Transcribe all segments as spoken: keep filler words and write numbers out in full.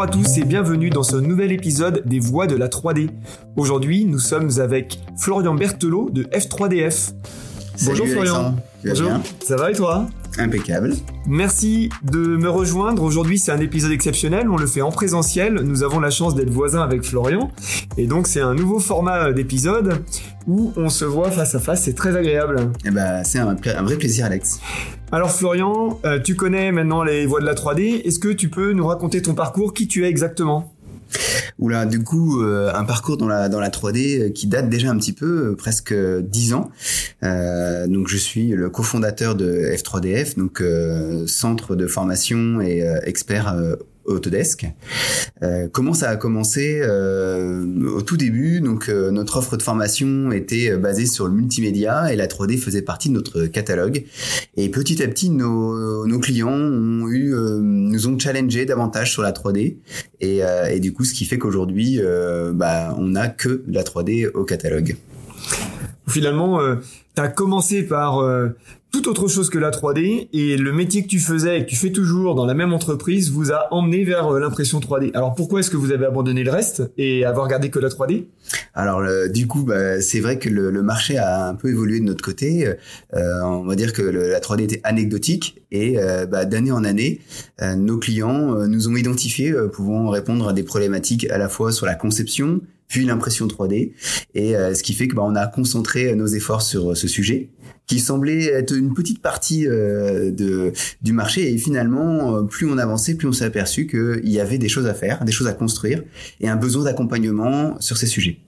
à tous et bienvenue dans ce nouvel épisode des Voix de la trois D. Aujourd'hui, nous sommes avec Florian Berthelot de F trois D F. Salut Bonjour Florian. Alexandre, tu vas Bonjour, bien ? Ça va et toi ? Impeccable. Merci de me rejoindre. Aujourd'hui, c'est un épisode exceptionnel. On le fait en présentiel. Nous avons la chance d'être voisins avec Florian. Et donc, c'est un nouveau format d'épisode où on se voit face à face. C'est très agréable. Eh ben, c'est un, un vrai plaisir, Alex. Alors, Florian, euh, tu connais maintenant les voies de la trois D. Est-ce que tu peux nous raconter ton parcours, qui tu es exactement ? Oula, du coup, euh, un parcours dans la dans la trois D qui date déjà un petit peu, euh, presque dix ans. Euh, donc, je suis le cofondateur de F trois D F, donc euh, centre de formation et euh, expert euh, Autodesk. Euh, comment ça a commencé euh, au tout début, donc euh, notre offre de formation était basée sur le multimédia et la trois D faisait partie de notre catalogue. Et petit à petit, nos, nos clients ont eu, euh, nous ont challengé davantage sur la trois D. Et, euh, et du coup, ce qui fait qu'aujourd'hui, euh, bah, on n'a que de la trois D au catalogue. Finalement, euh, tu as commencé par euh, tout autre chose que la trois D et le métier que tu faisais et que tu fais toujours dans la même entreprise vous a emmené vers euh, l'impression trois D. Alors pourquoi est-ce que vous avez abandonné le reste et avoir gardé que la trois D ? Alors le, du coup, bah, c'est vrai que le, le marché a un peu évolué de notre côté. Euh, on va dire que le, la trois D était anecdotique et euh, bah, d'année en année, euh, nos clients euh, nous ont identifiés euh, pouvant répondre à des problématiques à la fois sur la conception, puis l'impression trois D, et euh, ce qui fait que bah, on a concentré nos efforts sur euh, ce sujet, qui semblait être une petite partie euh, de du marché, et finalement, euh, plus on avançait, plus on s'est aperçu qu'il y avait des choses à faire, des choses à construire, et un besoin d'accompagnement sur ces sujets.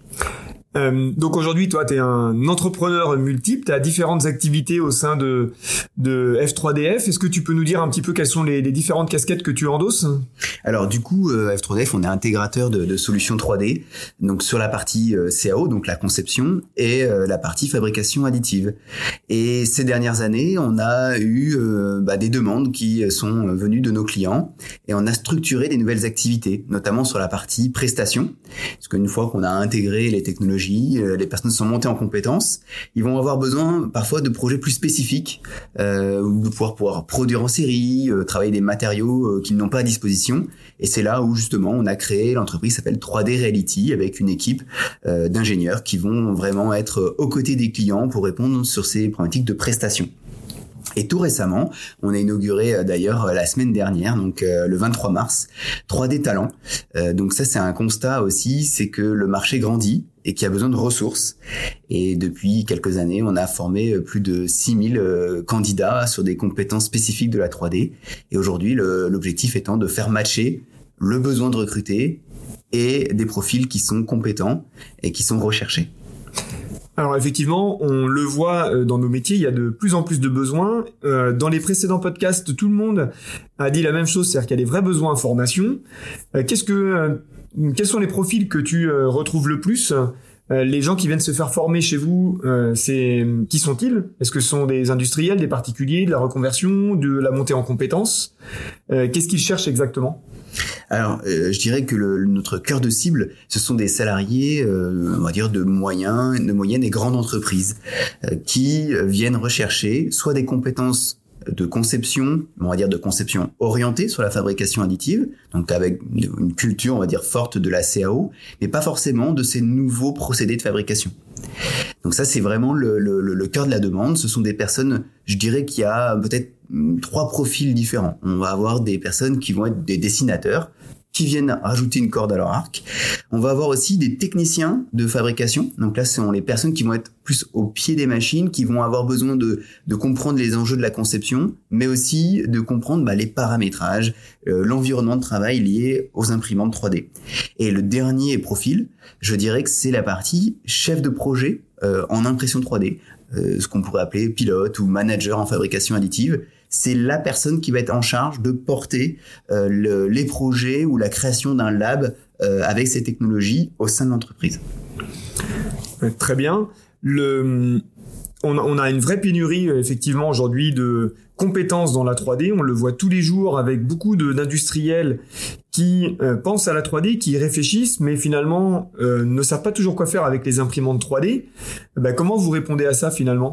Euh, donc aujourd'hui, toi, tu es un entrepreneur multiple, tu as différentes activités au sein de, de F trois D F. Est-ce que tu peux nous dire un petit peu quelles sont les, les différentes casquettes que tu endosses ? Alors du coup, euh, F trois D F, on est intégrateur de, de solutions trois D, donc sur la partie euh, C A O, donc la conception, et euh, la partie fabrication additive. Et ces dernières années, on a eu euh, bah, des demandes qui sont venues de nos clients, et on a structuré des nouvelles activités, notamment sur la partie prestation, parce qu'une fois qu'on a intégré les technologies, les personnes sont montées en compétences, ils vont avoir besoin parfois de projets plus spécifiques, euh, de pouvoir pouvoir produire en série, euh, travailler des matériaux euh, qu'ils n'ont pas à disposition. Et c'est là où justement on a créé l'entreprise qui s'appelle trois D Reality, avec une équipe euh, d'ingénieurs qui vont vraiment être aux côtés des clients pour répondre sur ces problématiques de prestation. Et tout récemment, on a inauguré euh, d'ailleurs la semaine dernière, donc euh, le vingt-trois mars, trois D Talent. Euh, donc ça, c'est un constat aussi, c'est que le marché grandit et qu'il y a besoin de ressources. Et depuis quelques années, on a formé plus de six mille euh, candidats sur des compétences spécifiques de la trois D. Et aujourd'hui, le, l'objectif étant de faire matcher le besoin de recruter et des profils qui sont compétents et qui sont recherchés. Alors effectivement, on le voit dans nos métiers, il y a de plus en plus de besoins. Euh, dans les précédents podcasts, tout le monde a dit la même chose, c'est-à-dire qu'il y a des vrais besoins en formation. Euh, qu'est-ce que, euh, quels sont les profils que tu euh, retrouves le plus ? Euh, les gens qui viennent se faire former chez vous, euh, c'est qui sont-ils ? Est-ce que ce sont des industriels, des particuliers, de la reconversion, de la montée en compétences ? euh, Qu'est-ce qu'ils cherchent exactement ? Alors, euh, je dirais que le, notre cœur de cible, ce sont des salariés, euh, on va dire de moyens, de moyennes et grandes entreprises, euh, qui viennent rechercher soit des compétences de conception, on va dire de conception orientée sur la fabrication additive, donc avec une culture, on va dire, forte de la C A O, mais pas forcément de ces nouveaux procédés de fabrication. Donc ça, c'est vraiment le, le, le cœur de la demande. Ce sont des personnes, je dirais qu'il y a peut-être trois profils différents. On va avoir des personnes qui vont être des dessinateurs, qui viennent rajouter une corde à leur arc. On va avoir aussi des techniciens de fabrication. Donc là, ce sont les personnes qui vont être plus au pied des machines, qui vont avoir besoin de, de comprendre les enjeux de la conception, mais aussi de comprendre bah, les paramétrages, euh, l'environnement de travail lié aux imprimantes trois D. Et le dernier profil, je dirais que c'est la partie chef de projet euh, en impression trois D, euh, ce qu'on pourrait appeler pilote ou manager en fabrication additive. C'est la personne qui va être en charge de porter euh, le, les projets ou la création d'un lab euh, avec ces technologies au sein de l'entreprise. Très bien. Le, on, a, on a une vraie pénurie effectivement aujourd'hui de compétences dans la trois D. On le voit tous les jours avec beaucoup de, d'industriels qui euh, pensent à la trois D, qui y réfléchissent, mais finalement euh, ne savent pas toujours quoi faire avec les imprimantes trois D. Ben, comment vous répondez à ça finalement ?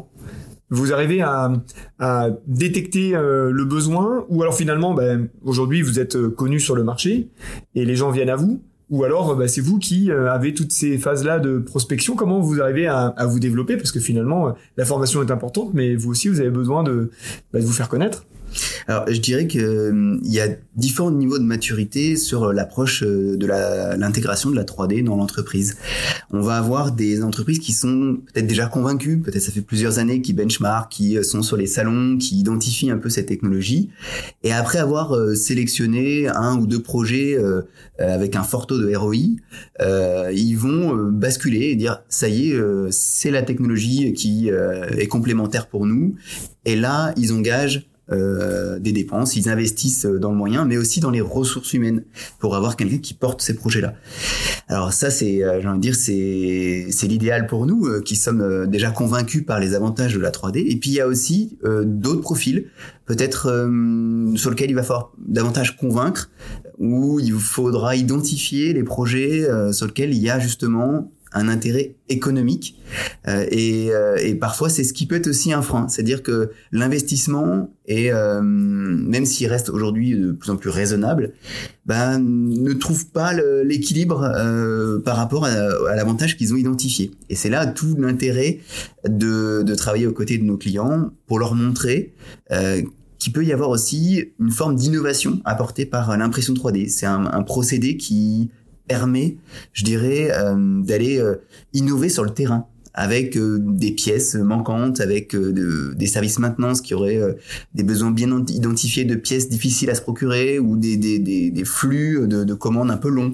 vous arrivez à, à détecter euh, le besoin, ou alors finalement, ben, aujourd'hui, vous êtes euh, connu sur le marché et les gens viennent à vous, ou alors ben, c'est vous qui euh, avez toutes ces phases-là de prospection. Comment vous arrivez à, à vous développer? Parce que finalement, euh, la formation est importante, mais vous aussi, vous avez besoin de, ben, de vous faire connaître. Alors, je dirais que euh, il y a différents niveaux de maturité sur l'approche euh, de la, l'intégration de la trois D dans l'entreprise. On va avoir des entreprises qui sont peut-être déjà convaincues, peut-être ça fait plusieurs années, qui benchmark, qui sont sur les salons, qui identifient un peu cette technologie. Et après avoir euh, sélectionné un ou deux projets euh, avec un fort taux de R O I, euh, ils vont euh, basculer et dire ça y est, euh, c'est la technologie qui euh, est complémentaire pour nous. Et là, ils engagent Euh, des dépenses, ils investissent dans le moyen, mais aussi dans les ressources humaines pour avoir quelqu'un qui porte ces projets-là. Alors ça, c'est, euh, j'ai envie de dire, c'est c'est l'idéal pour nous euh, qui sommes euh, déjà convaincus par les avantages de la trois D. Et puis il y a aussi euh, d'autres profils, peut-être euh, sur lesquels il va falloir davantage convaincre, où il faudra identifier les projets euh, sur lesquels il y a justement un intérêt économique euh, et, euh, et parfois c'est ce qui peut être aussi un frein, c'est-à-dire que l'investissement est euh, même s'il reste aujourd'hui de plus en plus raisonnable, ben ne trouve pas le, l'équilibre euh, par rapport à, à l'avantage qu'ils ont identifié. Et c'est là tout l'intérêt de, de travailler aux côtés de nos clients pour leur montrer euh, qu'il peut y avoir aussi une forme d'innovation apportée par l'impression trois D. C'est un, un procédé qui permet, je dirais, euh, d'aller euh, innover sur le terrain avec euh, des pièces manquantes, avec euh, de, des services maintenance qui auraient euh, des besoins bien identifiés de pièces difficiles à se procurer ou des, des, des, des flux de, de commandes un peu longs,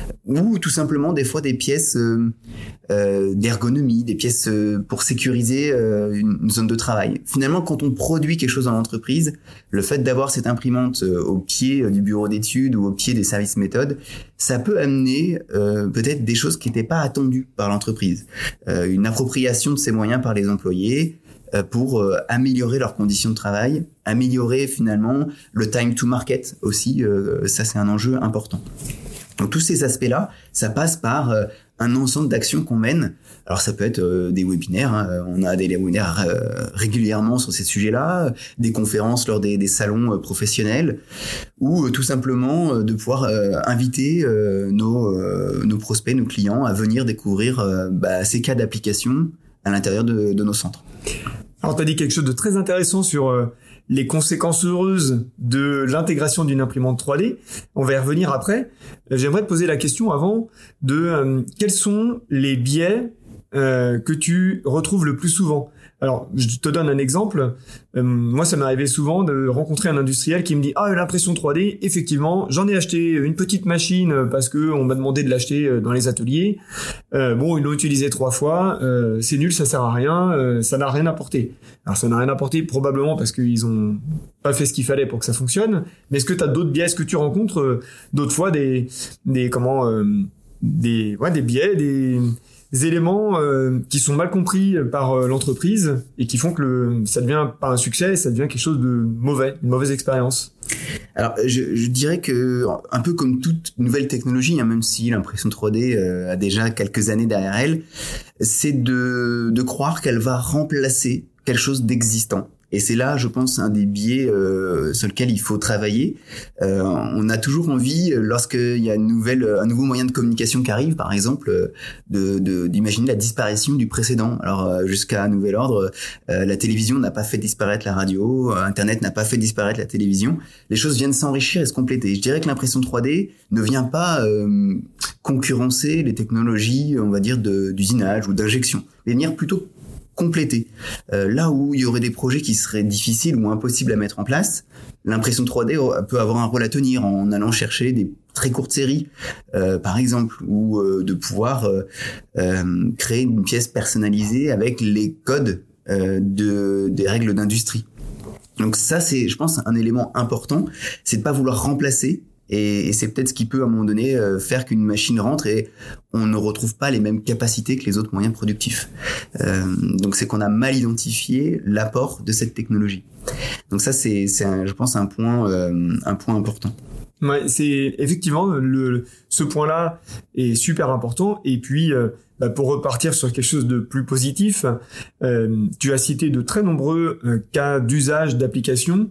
ou tout simplement des fois des pièces euh, euh, d'ergonomie, des pièces euh, pour sécuriser euh, une, une zone de travail. Finalement, quand on produit quelque chose dans l'entreprise, le fait d'avoir cette imprimante euh, au pied euh, du bureau d'études ou au pied des services méthodes, ça peut amener euh, peut-être des choses qui n'étaient pas attendues par l'entreprise. Euh, une appropriation de ces moyens par les employés euh, pour euh, améliorer leurs conditions de travail, améliorer finalement le time to market aussi, euh, ça c'est un enjeu important. Donc tous ces aspects-là, ça passe par euh, un ensemble d'actions qu'on mène. Alors ça peut être euh, des webinaires, hein. On a des webinaires euh, régulièrement sur ces sujets-là, des conférences lors des, des salons euh, professionnels, ou euh, tout simplement euh, de pouvoir euh, inviter euh, nos, euh, nos prospects, nos clients à venir découvrir euh, bah, ces cas d'application à l'intérieur de, de nos centres. Alors tu as dit quelque chose de très intéressant sur euh, les conséquences heureuses de l'intégration d'une imprimante trois D. On va y revenir après. J'aimerais te poser la question avant de euh, quels sont les biais euh, que tu retrouves le plus souvent. Alors, je te donne un exemple. Euh, moi, ça m'est arrivé souvent de rencontrer un industriel qui me dit « Ah, l'impression trois D, effectivement, j'en ai acheté une petite machine parce que on m'a demandé de l'acheter dans les ateliers. Euh, bon, ils l'ont utilisé trois fois. Euh, c'est nul, ça sert à rien. Euh, ça n'a rien apporté. » Alors, ça n'a rien apporté probablement parce qu'ils ont pas fait ce qu'il fallait pour que ça fonctionne. Mais est-ce que tu as d'autres biais? Est-ce que tu rencontres euh, d'autres fois des des comment euh, des ouais des biais, des des éléments euh, qui sont mal compris par euh, l'entreprise et qui font que le, ça devient pas un succès, ça devient quelque chose de mauvais, une mauvaise expérience? Alors, je, je dirais que, un peu comme toute nouvelle technologie, hein, même si l'impression trois D euh, a déjà quelques années derrière elle, c'est de, de croire qu'elle va remplacer quelque chose d'existant. Et c'est là, je pense, un des biais euh, sur lequel il faut travailler. Euh, on a toujours envie, lorsqu'il y a une nouvelle, un nouveau moyen de communication qui arrive, par exemple, de, de, d'imaginer la disparition du précédent. Alors, jusqu'à un nouvel ordre, euh, la télévision n'a pas fait disparaître la radio, Internet n'a pas fait disparaître la télévision. Les choses viennent s'enrichir et se compléter. Je dirais que l'impression trois D ne vient pas euh, concurrencer les technologies, on va dire, de, d'usinage ou d'injection, mais venir plutôt compléter. Euh, là où il y aurait des projets qui seraient difficiles ou impossibles à mettre en place, l'impression trois D peut avoir un rôle à tenir en allant chercher des très courtes séries, euh, par exemple, ou euh, de pouvoir euh, euh, créer une pièce personnalisée avec les codes euh, de, des règles d'industrie. Donc ça, c'est, je pense, un élément important, c'est de pas vouloir remplacer. Et, et c'est peut-être ce qui peut, à un moment donné, euh, faire qu'une machine rentre et on ne retrouve pas les mêmes capacités que les autres moyens productifs. Euh, donc, c'est qu'on a mal identifié l'apport de cette technologie. Donc ça, c'est, c'est un, je pense, un point, euh, un point important. Ouais, c'est effectivement le ce point-là est super important. Et puis euh, bah, pour repartir sur quelque chose de plus positif, euh, tu as cité de très nombreux euh, cas d'usage d'application,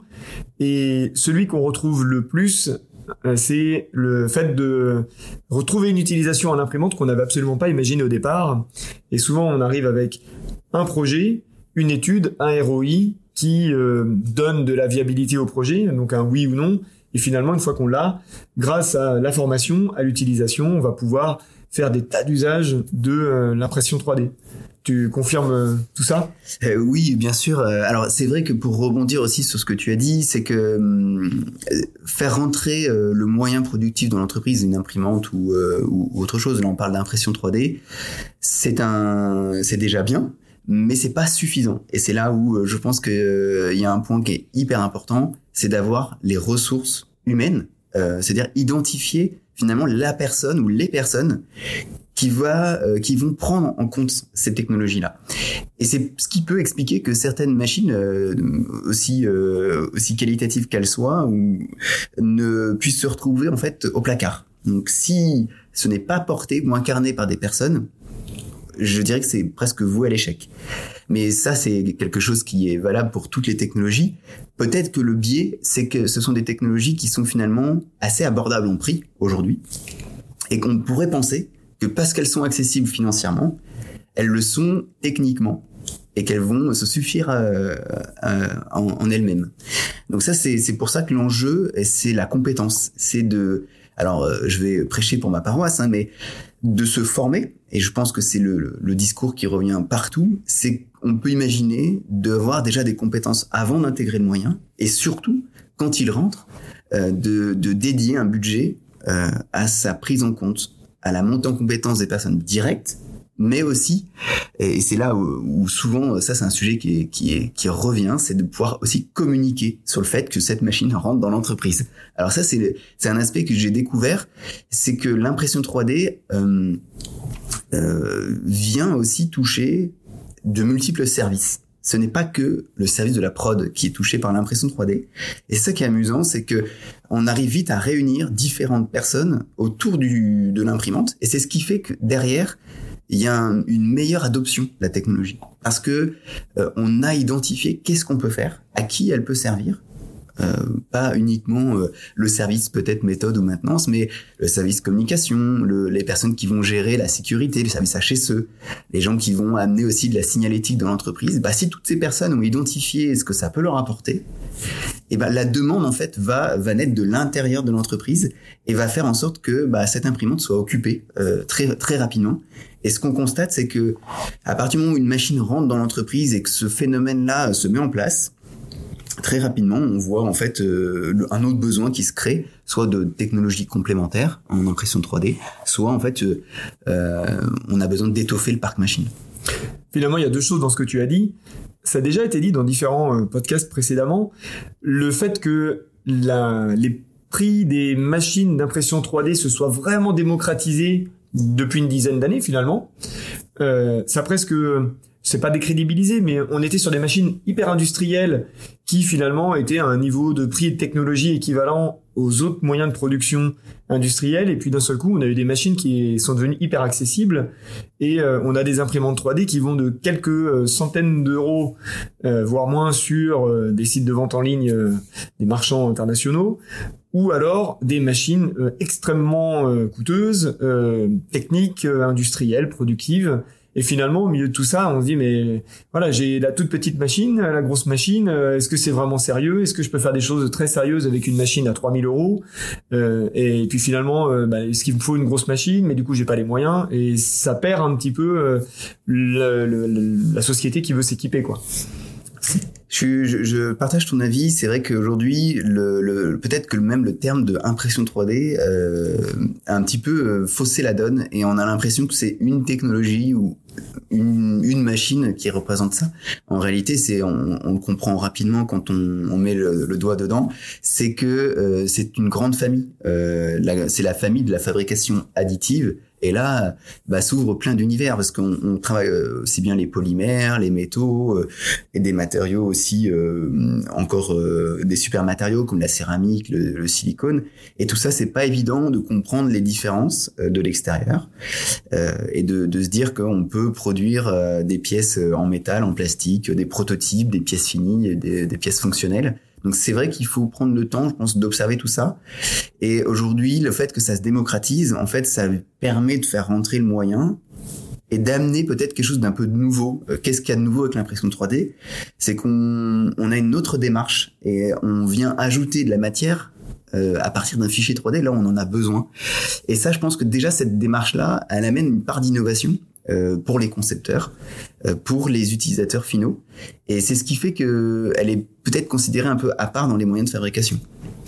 et celui qu'on retrouve le plus, euh, c'est le fait de retrouver une utilisation à l'imprimante qu'on n'avait absolument pas imaginé au départ. Et souvent on arrive avec un projet, une étude, un R O I qui euh, donne de la viabilité au projet, donc un oui ou non. Et finalement, une fois qu'on l'a, grâce à la formation, à l'utilisation, on va pouvoir faire des tas d'usages de euh, l'impression trois D. Tu confirmes euh, tout ça ? euh, Oui, bien sûr. Alors, c'est vrai que pour rebondir aussi sur ce que tu as dit, c'est que euh, faire rentrer euh, le moyen productif dans l'entreprise, une imprimante ou, euh, ou autre chose, là on parle d'impression trois D, c'est un, c'est déjà bien. Mais c'est pas suffisant. Et c'est là où euh, je pense qu'il euh, y a un point qui est hyper important, c'est d'avoir les ressources humaines, euh, c'est-à-dire identifier finalement la personne ou les personnes qui va, euh, qui vont prendre en compte ces technologies-là. Et c'est ce qui peut expliquer que certaines machines, euh, aussi euh, aussi qualitatives qu'elles soient, ou ne puissent se retrouver en fait au placard. Donc si ce n'est pas porté ou incarné par des personnes, je dirais que c'est presque voué à l'échec. Mais ça, c'est quelque chose qui est valable pour toutes les technologies. Peut-être que le biais, c'est que ce sont des technologies qui sont finalement assez abordables en prix aujourd'hui, et qu'on pourrait penser que parce qu'elles sont accessibles financièrement, elles le sont techniquement, et qu'elles vont se suffire euh, euh, en, en elles-mêmes. Donc ça, c'est, c'est pour ça que l'enjeu, c'est la compétence. C'est de... Alors, euh, je vais prêcher pour ma paroisse, hein, mais de se former, et je pense que c'est le, le, le discours qui revient partout, c'est qu'on peut imaginer d'avoir déjà des compétences avant d'intégrer le moyen, et surtout, quand il rentre, euh, de, de dédier un budget euh, à sa prise en compte, à la montée en compétence des personnes directes, mais aussi, et c'est là où, où souvent, ça c'est un sujet qui, est, qui, est, qui revient, c'est de pouvoir aussi communiquer sur le fait que cette machine rentre dans l'entreprise. Alors ça, c'est, c'est un aspect que j'ai découvert, c'est que l'impression trois D euh, euh, vient aussi toucher de multiples services. Ce n'est pas que le service de la prod qui est touché par l'impression trois D. Et ça qui est amusant, c'est que on arrive vite à réunir différentes personnes autour du, de l'imprimante, et c'est ce qui fait que derrière, il y a un, une meilleure adoption de la technologie, parce que euh, on a identifié qu'est-ce qu'on peut faire, à qui elle peut servir, euh, pas uniquement euh, le service peut-être méthode ou maintenance, mais le service communication, le, les personnes qui vont gérer la sécurité, le service H S E, les gens qui vont amener aussi de la signalétique dans l'entreprise. Bah, si toutes ces personnes ont identifié ce que ça peut leur apporter, et ben la demande en fait va va naître de l'intérieur de l'entreprise et va faire en sorte que bah, cette imprimante soit occupée euh, très très rapidement. Et ce qu'on constate, c'est que à partir du moment où une machine rentre dans l'entreprise et que ce phénomène-là se met en place, très rapidement, on voit en fait euh, un autre besoin qui se crée, soit de technologies complémentaires en impression trois D, soit en fait euh, on a besoin d'étoffer le parc machine. Finalement, il y a deux choses dans ce que tu as dit. Ça a déjà été dit dans différents euh, podcasts précédemment. Le fait que la, les prix des machines d'impression trois D se soient vraiment démocratisés depuis une dizaine d'années finalement, euh, ça a presque, c'est pas décrédibilisé, mais on était sur des machines hyper industrielles qui finalement étaient à un niveau de prix et de technologie équivalent aux autres moyens de production industriels, et puis d'un seul coup on a eu des machines qui sont devenues hyper accessibles, et euh, on a des imprimantes trois D qui vont de quelques euh, centaines d'euros euh, voire moins sur euh, des sites de vente en ligne euh, des marchands internationaux, ou alors des machines euh, extrêmement euh, coûteuses, euh, techniques, euh, industrielles, productives. Et finalement, au milieu de tout ça, on se dit, mais voilà, j'ai la toute petite machine, la grosse machine, euh, est-ce que c'est vraiment sérieux ? Est-ce que je peux faire des choses très sérieuses avec une machine à trois mille euros ? euh, Et puis finalement, euh, bah, est-ce qu'il me faut une grosse machine ? Mais du coup, j'ai pas les moyens. Et ça perd un petit peu euh, le, le, le, la société qui veut s'équiper, quoi. Je, je, je partage ton avis. C'est vrai qu'aujourd'hui, le, le, peut-être que même le terme de impression trois D euh, a un petit peu euh, faussé la donne, et on a l'impression que c'est une technologie ou une, une machine qui représente ça. En réalité, c'est on, on le comprend rapidement quand on, on met le, le doigt dedans. C'est que euh, c'est une grande famille. Euh, la, c'est la famille de la fabrication additive. Et là, bah, s'ouvre plein d'univers parce qu'on on travaille aussi bien les polymères, les métaux euh, et des matériaux aussi, euh, encore euh, des super matériaux comme la céramique, le, le silicone. Et tout ça, c'est pas évident de comprendre les différences euh, de l'extérieur euh, et de, de se dire qu'on peut produire euh, des pièces en métal, en plastique, des prototypes, des pièces finies, des, des pièces fonctionnelles. Donc c'est vrai qu'il faut prendre le temps, je pense, d'observer tout ça. Et aujourd'hui, le fait que ça se démocratise, en fait, ça permet de faire rentrer le moyen et d'amener peut-être quelque chose d'un peu de nouveau. Euh, qu'est-ce qu'il y a de nouveau avec l'impression trois D ? C'est qu'on on a une autre démarche et on vient ajouter de la matière euh, à partir d'un fichier trois D. Là, on en a besoin. Et ça, je pense que déjà, cette démarche-là, elle amène une part d'innovation Euh, pour les concepteurs, euh, pour les utilisateurs finaux. Et c'est ce qui fait que elle est peut-être considérée un peu à part dans les moyens de fabrication.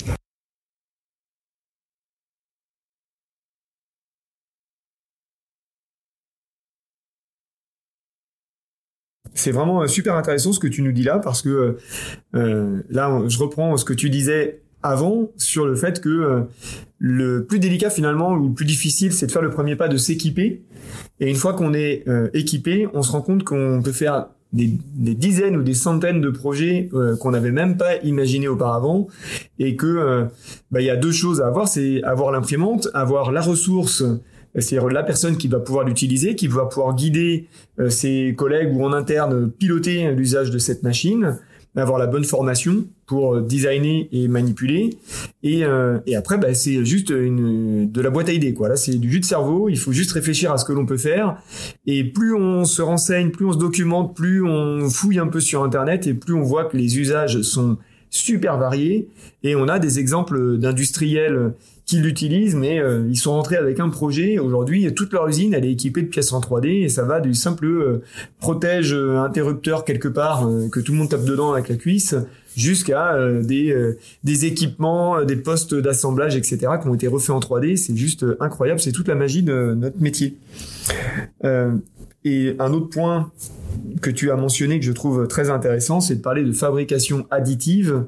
C'est vraiment super intéressant ce que tu nous dis là, parce que euh, là, je reprends ce que tu disais avant sur le fait que euh, le plus délicat finalement, ou le plus difficile, c'est de faire le premier pas, de s'équiper. Et une fois qu'on est euh, équipé, on se rend compte qu'on peut faire des, des dizaines ou des centaines de projets euh, qu'on n'avait même pas imaginé auparavant, et que euh, bah, y a deux choses à avoir, c'est avoir l'imprimante, avoir la ressource, c'est-à-dire la personne qui va pouvoir l'utiliser, qui va pouvoir guider euh, ses collègues ou en interne piloter l'usage de cette machine, avoir la bonne formation pour designer et manipuler, et, euh, et après bah, c'est juste une, de la boîte à idées, quoi. Là c'est du jus de cerveau, il faut juste réfléchir à ce que l'on peut faire, et plus on se renseigne, plus on se documente, plus on fouille un peu sur internet, et plus on voit que les usages sont super variés, et on a des exemples d'industriels qui l'utilisent, mais euh, ils sont rentrés avec un projet. Aujourd'hui, toute leur usine, elle est équipée de pièces en trois D, et ça va du simple euh, protège euh, interrupteur quelque part euh, que tout le monde tape dedans avec la cuisse, jusqu'à euh, des euh, des équipements, euh, des postes d'assemblage, et cetera, qui ont été refaits en trois D. C'est juste euh, incroyable. C'est toute la magie de notre métier. Euh, et un autre point que tu as mentionné que je trouve très intéressant, c'est de parler de fabrication additive,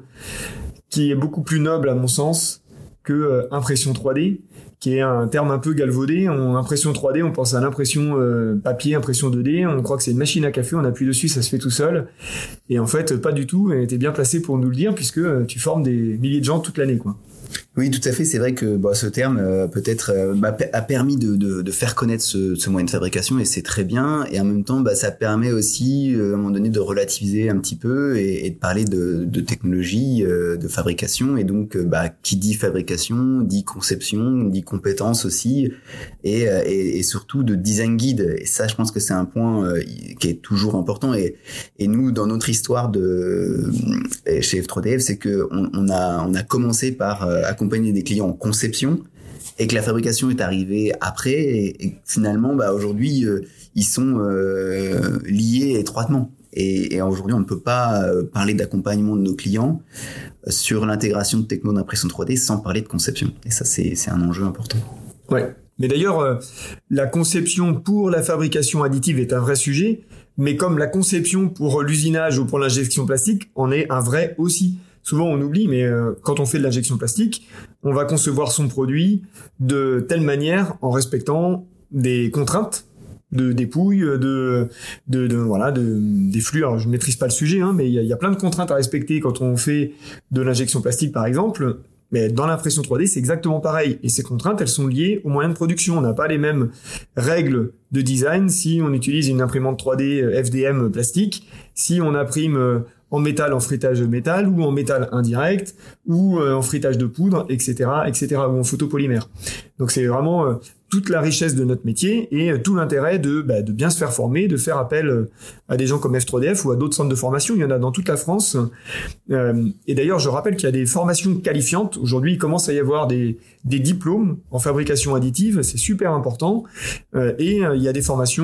qui est beaucoup plus noble à mon sens que euh, impression trois D, qui est un terme un peu galvaudé. En impression trois D, on pense à l'impression euh, papier, impression deux D, on croit que c'est une machine à café, on appuie dessus, ça se fait tout seul. Et en fait, pas du tout, et t'es bien placé pour nous le dire, puisque euh, tu formes des milliers de gens toute l'année, quoi. Oui, tout à fait. C'est vrai que bah, ce terme euh, peut-être euh, bah, a permis de, de, de faire connaître ce, ce moyen de fabrication, et c'est très bien. Et en même temps, bah, ça permet aussi euh, à un moment donné de relativiser un petit peu et, et de parler de, de technologie, euh, de fabrication. Et donc, euh, bah, qui dit fabrication, dit conception, dit compétence aussi, et, et, et surtout de design guide. Et ça, je pense que c'est un point euh, qui est toujours important. Et, et nous, dans notre histoire de chez F trois D F, c'est que on, on a on a commencé par euh, accompagner des clients en conception, et que la fabrication est arrivée après, et, et finalement bah aujourd'hui euh, ils sont euh, liés étroitement, et, et aujourd'hui on ne peut pas euh, parler d'accompagnement de nos clients euh, sur l'intégration de techno d'impression trois D sans parler de conception, et ça c'est c'est un enjeu important. Ouais, mais d'ailleurs euh, la conception pour la fabrication additive est un vrai sujet, mais comme la conception pour l'usinage ou pour l'injection plastique en est un vrai aussi. Souvent, on oublie, mais euh, quand on fait de l'injection plastique, on va concevoir son produit de telle manière en respectant des contraintes de dépouille, de, de, de voilà, de, des flux. Alors, je ne maîtrise pas le sujet, hein, mais il y a, y a plein de contraintes à respecter quand on fait de l'injection plastique, par exemple. Mais dans l'impression trois D, c'est exactement pareil. Et ces contraintes, elles sont liées aux moyens de production. On n'a pas les mêmes règles de design si on utilise une imprimante trois D F D M plastique, si on imprime en métal, en frittage de métal, ou en métal indirect, ou euh, en frittage de poudre, et cetera, et cetera, ou en photopolymère. Donc c'est vraiment euh, toute la richesse de notre métier, et euh, tout l'intérêt de, bah, de bien se faire former, de faire appel euh, à des gens comme F trois D F ou à d'autres centres de formation. Il y en a dans toute la France. Euh, et d'ailleurs, je rappelle qu'il y a des formations qualifiantes. Aujourd'hui, il commence à y avoir des, des diplômes en fabrication additive. C'est super important. Euh, et euh, il y a des formations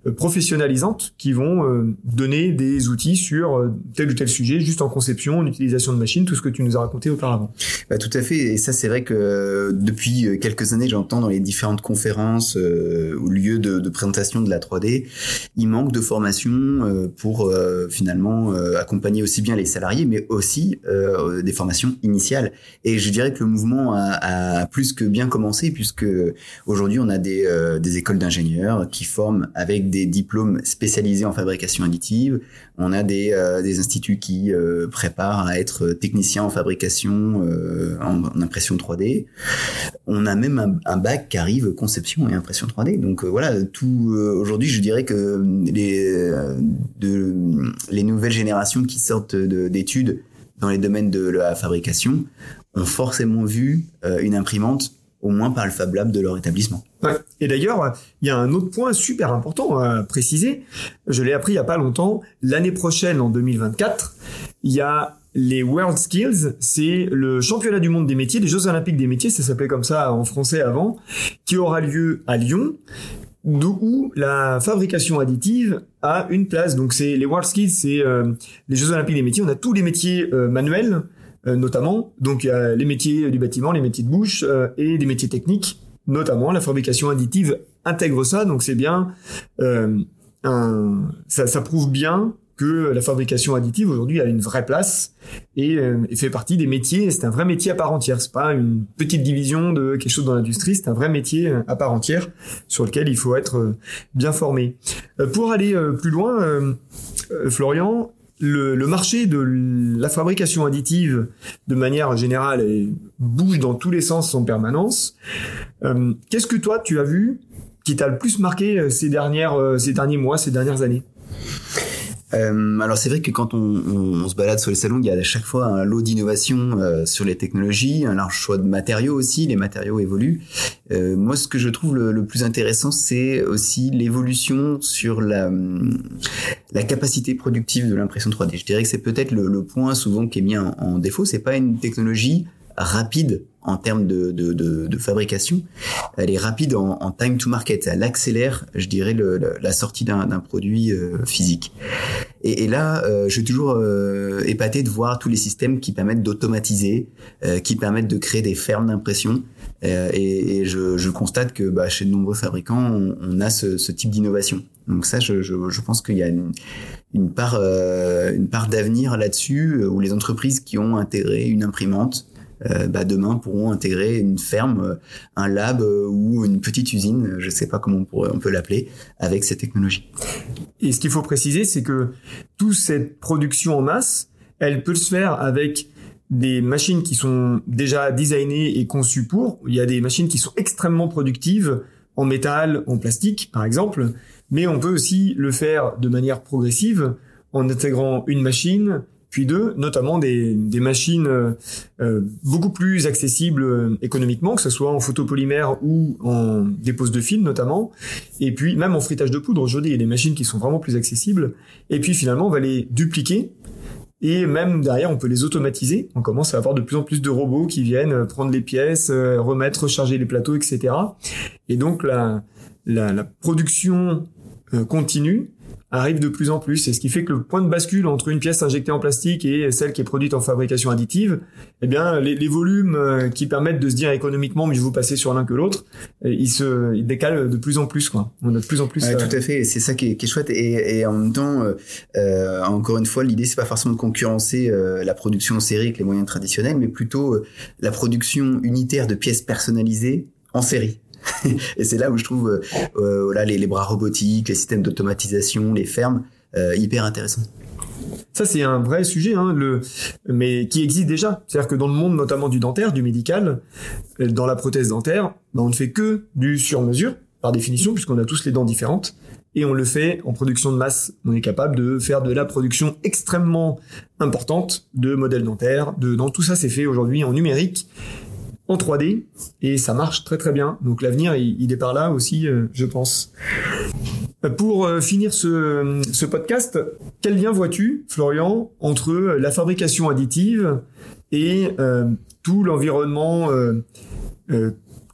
professionnalisantes qui vont euh, donner des outils sur euh, tel ou tel sujet, juste en conception, en utilisation de machines, tout ce que tu nous as raconté auparavant. Bah, tout à fait, et ça c'est vrai que euh, depuis quelques années j'entends dans les différentes conférences euh, ou lieux de, de présentation de la trois D, il manque de formation euh, pour euh, finalement euh, accompagner aussi bien les salariés mais aussi euh, des formations initiales. Et je dirais que le mouvement a, a plus que bien commencé, puisque aujourd'hui on a des, euh, des écoles d'ingénieurs qui forment avec des diplômes spécialisés en fabrication additive. On a des, euh, des instituts qui euh, préparent à être technicien en fabrication euh, en, en impression trois D. On a même un, un bac qui arrive conception et impression trois D. Donc euh, voilà, tout euh, aujourd'hui, je dirais que les euh, de les nouvelles générations qui sortent de, d'études dans les domaines de la fabrication ont forcément vu euh, une imprimante au moins par le Fab Lab de leur établissement. Ouais. Et d'ailleurs, il y a un autre point super important à préciser. Je l'ai appris il y a pas longtemps. L'année prochaine, en deux mille vingt-quatre, il y a les World Skills. C'est le championnat du monde des métiers, les Jeux Olympiques des métiers, ça s'appelait comme ça en français avant, qui aura lieu à Lyon, d'où la fabrication additive a une place. Donc c'est les World Skills, c'est euh, les Jeux Olympiques des métiers. On a tous les métiers euh, manuels, euh, notamment. Donc il y a les métiers du bâtiment, les métiers de bouche euh, et des métiers techniques, notamment la fabrication additive intègre ça. Donc c'est bien, euh, un, ça, ça prouve bien que la fabrication additive aujourd'hui a une vraie place et, euh, et fait partie des métiers. C'est un vrai métier à part entière. C'est pas une petite division de quelque chose dans l'industrie. C'est un vrai métier à part entière sur lequel il faut être euh, bien formé. Euh, pour aller euh, plus loin, euh, euh, Florian, le, le marché de la fabrication additive, de manière générale, est, bouge dans tous les sens en permanence. Euh, qu'est-ce que toi tu as vu qui t'a le plus marqué ces dernières, euh, ces derniers mois, ces dernières années? Euh, alors c'est vrai que quand on, on, on se balade sur les salons, il y a à chaque fois un lot d'innovation euh, sur les technologies, un large choix de matériaux aussi, les matériaux évoluent. Euh, moi ce que je trouve le, le plus intéressant, c'est aussi l'évolution sur la, la capacité productive de l'impression trois D. Je dirais que c'est peut-être le, le point souvent qui est mis en, en défaut. C'est pas une technologie rapide en termes de, de, de, de fabrication. Elle est rapide en, en time to market. Elle accélère, je dirais, le, le, la sortie d'un, d'un produit euh, physique. Et, et là, euh, je suis toujours euh, épaté de voir tous les systèmes qui permettent d'automatiser, euh, qui permettent de créer des fermes d'impression. Euh, et, et je, je constate que bah, chez de nombreux fabricants, on, on a ce, ce type d'innovation. Donc ça, je, je, je pense qu'il y a une, une part, euh, une part d'avenir là-dessus, où les entreprises qui ont intégré une imprimante, Euh, bah demain pourront intégrer une ferme, euh, un lab euh, ou une petite usine, je sais pas comment on, pourrait, on peut l'appeler, avec ces technologies. Et ce qu'il faut préciser, c'est que toute cette production en masse, elle peut se faire avec des machines qui sont déjà designées et conçues pour. Il y a des machines qui sont extrêmement productives en métal, en plastique par exemple, mais on peut aussi le faire de manière progressive en intégrant une machine, puis deux, notamment des, des machines euh, beaucoup plus accessibles euh, économiquement, que ce soit en photopolymère ou en dépose de film notamment, et puis même en frittage de poudre. Aujourd'hui, il y a des machines qui sont vraiment plus accessibles, et puis finalement, on va les dupliquer, et même derrière, on peut les automatiser. On commence à avoir de plus en plus de robots qui viennent prendre les pièces, euh, remettre, recharger les plateaux, et cetera. Et donc, la, la, la production euh, continue arrive de plus en plus, et ce qui fait que le point de bascule entre une pièce injectée en plastique et celle qui est produite en fabrication additive, eh bien les, les volumes qui permettent de se dire économiquement mieux vaut passer sur l'un que l'autre, ils se ils décalent de plus en plus, quoi. On a de plus en plus. Ouais, euh... tout à fait, c'est ça qui est, qui est chouette, et, et en même temps, euh, encore une fois, l'idée c'est pas forcément de concurrencer euh, la production en série avec les moyens traditionnels, mais plutôt euh, la production unitaire de pièces personnalisées en série. Et c'est là où je trouve euh, voilà, les, les bras robotiques, les systèmes d'automatisation, les fermes, euh, hyper intéressants. Ça, c'est un vrai sujet, hein, le, mais qui existe déjà. C'est-à-dire que dans le monde notamment du dentaire, du médical, dans la prothèse dentaire, ben, on ne fait que du sur-mesure, par définition, puisqu'on a tous les dents différentes, et on le fait en production de masse. On est capable de faire de la production extrêmement importante de modèles dentaires, de, dans tout ça, c'est fait aujourd'hui en numérique, en trois D, et ça marche très très bien. Donc l'avenir, il, il est par là aussi, euh, je pense. Pour euh, finir ce, ce podcast, quel lien vois-tu, Florian, entre la fabrication additive et euh, tout l'environnement euh, euh,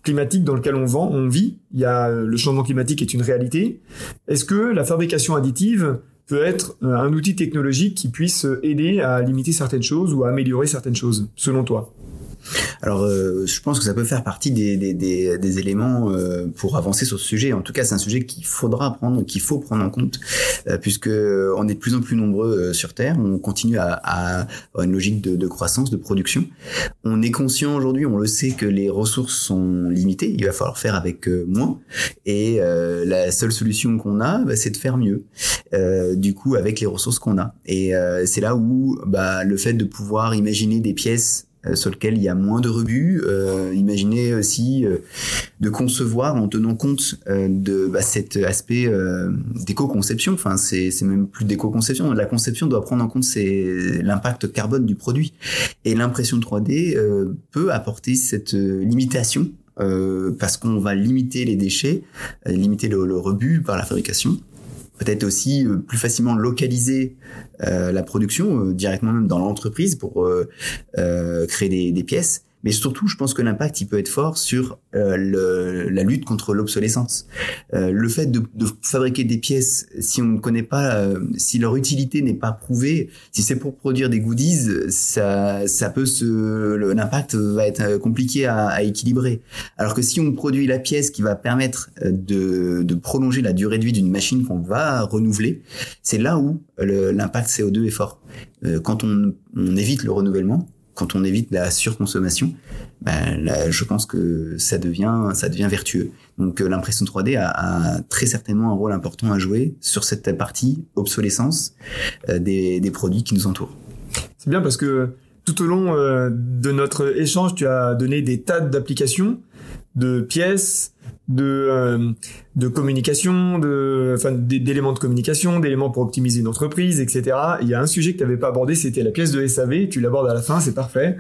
climatique dans lequel on vend, on vit. Il y a le changement climatique est une réalité. Est-ce que la fabrication additive peut être un outil technologique qui puisse aider à limiter certaines choses ou à améliorer certaines choses, selon toi ? Alors, euh, je pense que ça peut faire partie des, des, des, des éléments euh, pour avancer sur ce sujet. En tout cas, c'est un sujet qu'il faudra prendre, qu'il faut prendre en compte, euh, puisque on est de plus en plus nombreux euh, sur Terre. On continue à, à avoir une logique de, de croissance, de production. On est conscient aujourd'hui, on le sait, que les ressources sont limitées. Il va falloir faire avec euh, moins. Et euh, la seule solution qu'on a, bah, c'est de faire mieux. Euh, du coup, avec les ressources qu'on a. Et euh, c'est là où bah, le fait de pouvoir imaginer des pièces sur lequel il y a moins de rebuts. Euh, imaginez aussi euh, de concevoir en tenant compte euh, de bah, cet aspect euh, d'éco-conception. Enfin, c'est, c'est même plus d'éco-conception. La conception doit prendre en compte c'est l'impact carbone du produit. Et l'impression trois D euh, peut apporter cette euh, limitation euh, parce qu'on va limiter les déchets, euh, limiter le, le rebut par la fabrication. Peut-être aussi euh, plus facilement localiser euh, la production euh, directement même dans l'entreprise pour euh, euh, créer des, des pièces. Mais surtout, je pense que l'impact il peut être fort sur euh, le, la lutte contre l'obsolescence. Euh, le fait de, de fabriquer des pièces, si on ne connaît pas, euh, si leur utilité n'est pas prouvée, si c'est pour produire des goodies, ça, ça peut se, le, l'impact va être compliqué à, à équilibrer. Alors que si on produit la pièce qui va permettre de, de prolonger la durée de vie d'une machine qu'on va renouveler, c'est là où le, l'impact C O deux est fort. Euh, quand on, on évite le renouvellement, quand on évite la surconsommation, ben là, je pense que ça devient, ça devient vertueux. Donc euh, l'impression trois D a, a très certainement un rôle important à jouer sur cette partie obsolescence euh, des, des produits qui nous entourent. C'est bien parce que tout au long euh, de notre échange, tu as donné des tas d'applications, de pièces, de euh, de communication, de enfin d'éléments de communication, d'éléments pour optimiser une entreprise, et cetera. Il y a un sujet que tu n'avais pas abordé, c'était la pièce de S A V. Tu l'abordes à la fin, c'est parfait.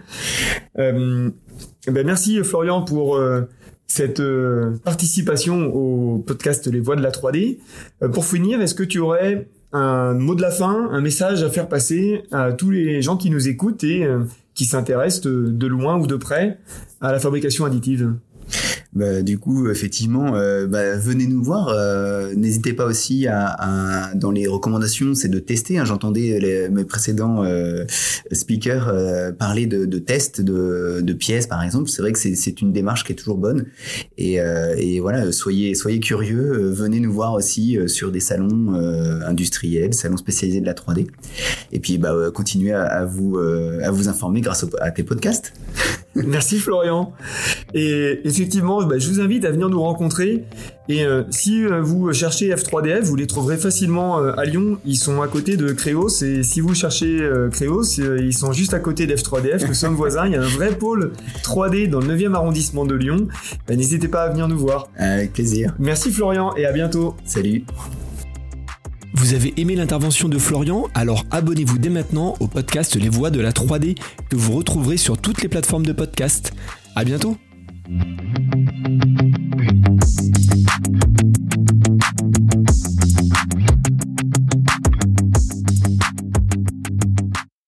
Euh, ben merci Florian pour euh, cette euh, participation au podcast Les Voix de la trois D. Euh, pour finir, est-ce que tu aurais un mot de la fin, un message à faire passer à tous les gens qui nous écoutent et euh, qui s'intéressent de, de loin ou de près à la fabrication additive? Bah, du coup, effectivement, euh, bah, venez nous voir. Euh, n'hésitez pas aussi à, à, dans les recommandations, c'est de tester. Hein. J'entendais les, mes précédents euh, speakers euh, parler de, de tests de, de pièces, par exemple. C'est vrai que c'est, c'est une démarche qui est toujours bonne. Et, euh, et voilà, soyez, soyez curieux. Euh, venez nous voir aussi euh, sur des salons euh, industriels, salons spécialisés de la trois D. Et puis, bah, euh, continuez à, à vous euh, à vous informer grâce au, à tes podcasts. Merci Florian. Et effectivement, bah, je vous invite à venir nous rencontrer. Et euh, si euh, vous cherchez F trois D F, vous les trouverez facilement euh, à Lyon. Ils sont à côté de Créos. Et si vous cherchez euh, Créos, euh, ils sont juste à côté d'F trois D F. Nous sommes voisins. Il y a un vrai pôle trois D dans le neuvième arrondissement de Lyon. Bah, n'hésitez pas à venir nous voir. Avec plaisir. Merci Florian et à bientôt. Salut. Vous avez aimé l'intervention de Florian? Alors abonnez-vous dès maintenant au podcast Les Voix de la trois D que vous retrouverez sur toutes les plateformes de podcast. À bientôt.